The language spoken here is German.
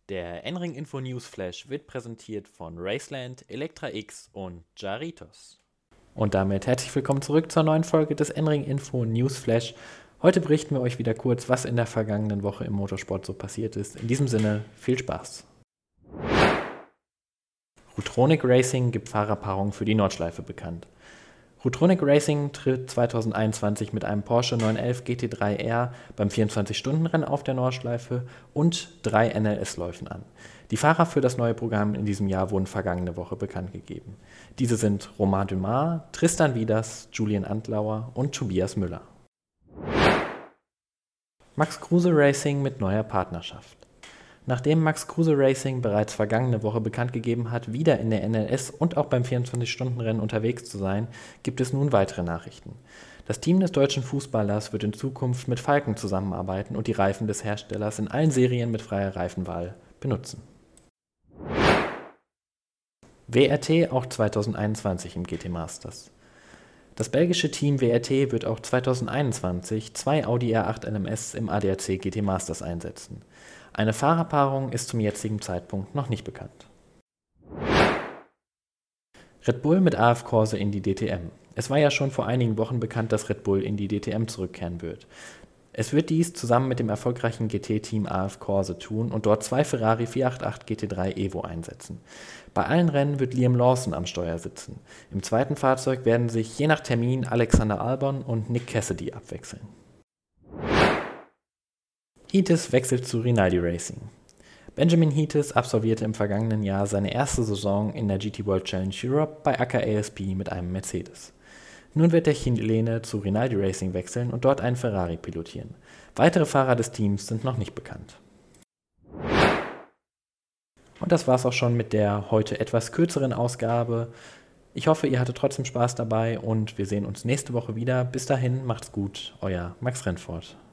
Der N-Ring Info News Flash wird präsentiert von Raceland, Elektra X und Jaritos. Und damit herzlich willkommen zurück zur neuen Folge des N-Ring Info News Flash. Heute berichten wir euch wieder kurz, was in der vergangenen Woche im Motorsport so passiert ist. In diesem Sinne, viel Spaß. Rutronic Racing gibt Fahrerpaarung für die Nordschleife bekannt. Rutronic Racing tritt 2021 mit einem Porsche 911 GT3R beim 24-Stunden-Rennen auf der Nordschleife und 3 NLS-Läufen an. Die Fahrer für das neue Programm in diesem Jahr wurden vergangene Woche bekannt gegeben. Diese sind Romain Dumas, Tristan Wieders, Julian Antlauer und Tobias Müller. Max Kruse Racing mit neuer Partnerschaft. Nachdem Max Kruse Racing bereits vergangene Woche bekannt gegeben hat, wieder in der NLS und auch beim 24-Stunden-Rennen unterwegs zu sein, gibt es nun weitere Nachrichten. Das Team des deutschen Fußballers wird in Zukunft mit Falken zusammenarbeiten und die Reifen des Herstellers in allen Serien mit freier Reifenwahl benutzen. WRT auch 2021 im GT Masters. Das belgische Team WRT wird auch 2021 zwei Audi R8 LMS im ADAC GT Masters einsetzen. Eine Fahrerpaarung ist zum jetzigen Zeitpunkt noch nicht bekannt. Red Bull mit AF Corse in die DTM. Es war ja schon vor einigen Wochen bekannt, dass Red Bull in die DTM zurückkehren wird. Es wird dies zusammen mit dem erfolgreichen GT-Team AF Corse tun und dort zwei Ferrari 488 GT3 Evo einsetzen. Bei allen Rennen wird Liam Lawson am Steuer sitzen. Im zweiten Fahrzeug werden sich je nach Termin Alexander Albon und Nick Cassidy abwechseln. Heatis wechselt zu Rinaldi Racing. Benjamin Heatis absolvierte im vergangenen Jahr seine erste Saison in der GT World Challenge Europe bei Acker ASP mit einem Mercedes. Nun wird der Chilene zu Rinaldi Racing wechseln und dort einen Ferrari pilotieren. Weitere Fahrer des Teams sind noch nicht bekannt. Und das war's auch schon mit der heute etwas kürzeren Ausgabe. Ich hoffe, ihr hattet trotzdem Spaß dabei und wir sehen uns nächste Woche wieder. Bis dahin, macht's gut, euer Max Rennfort.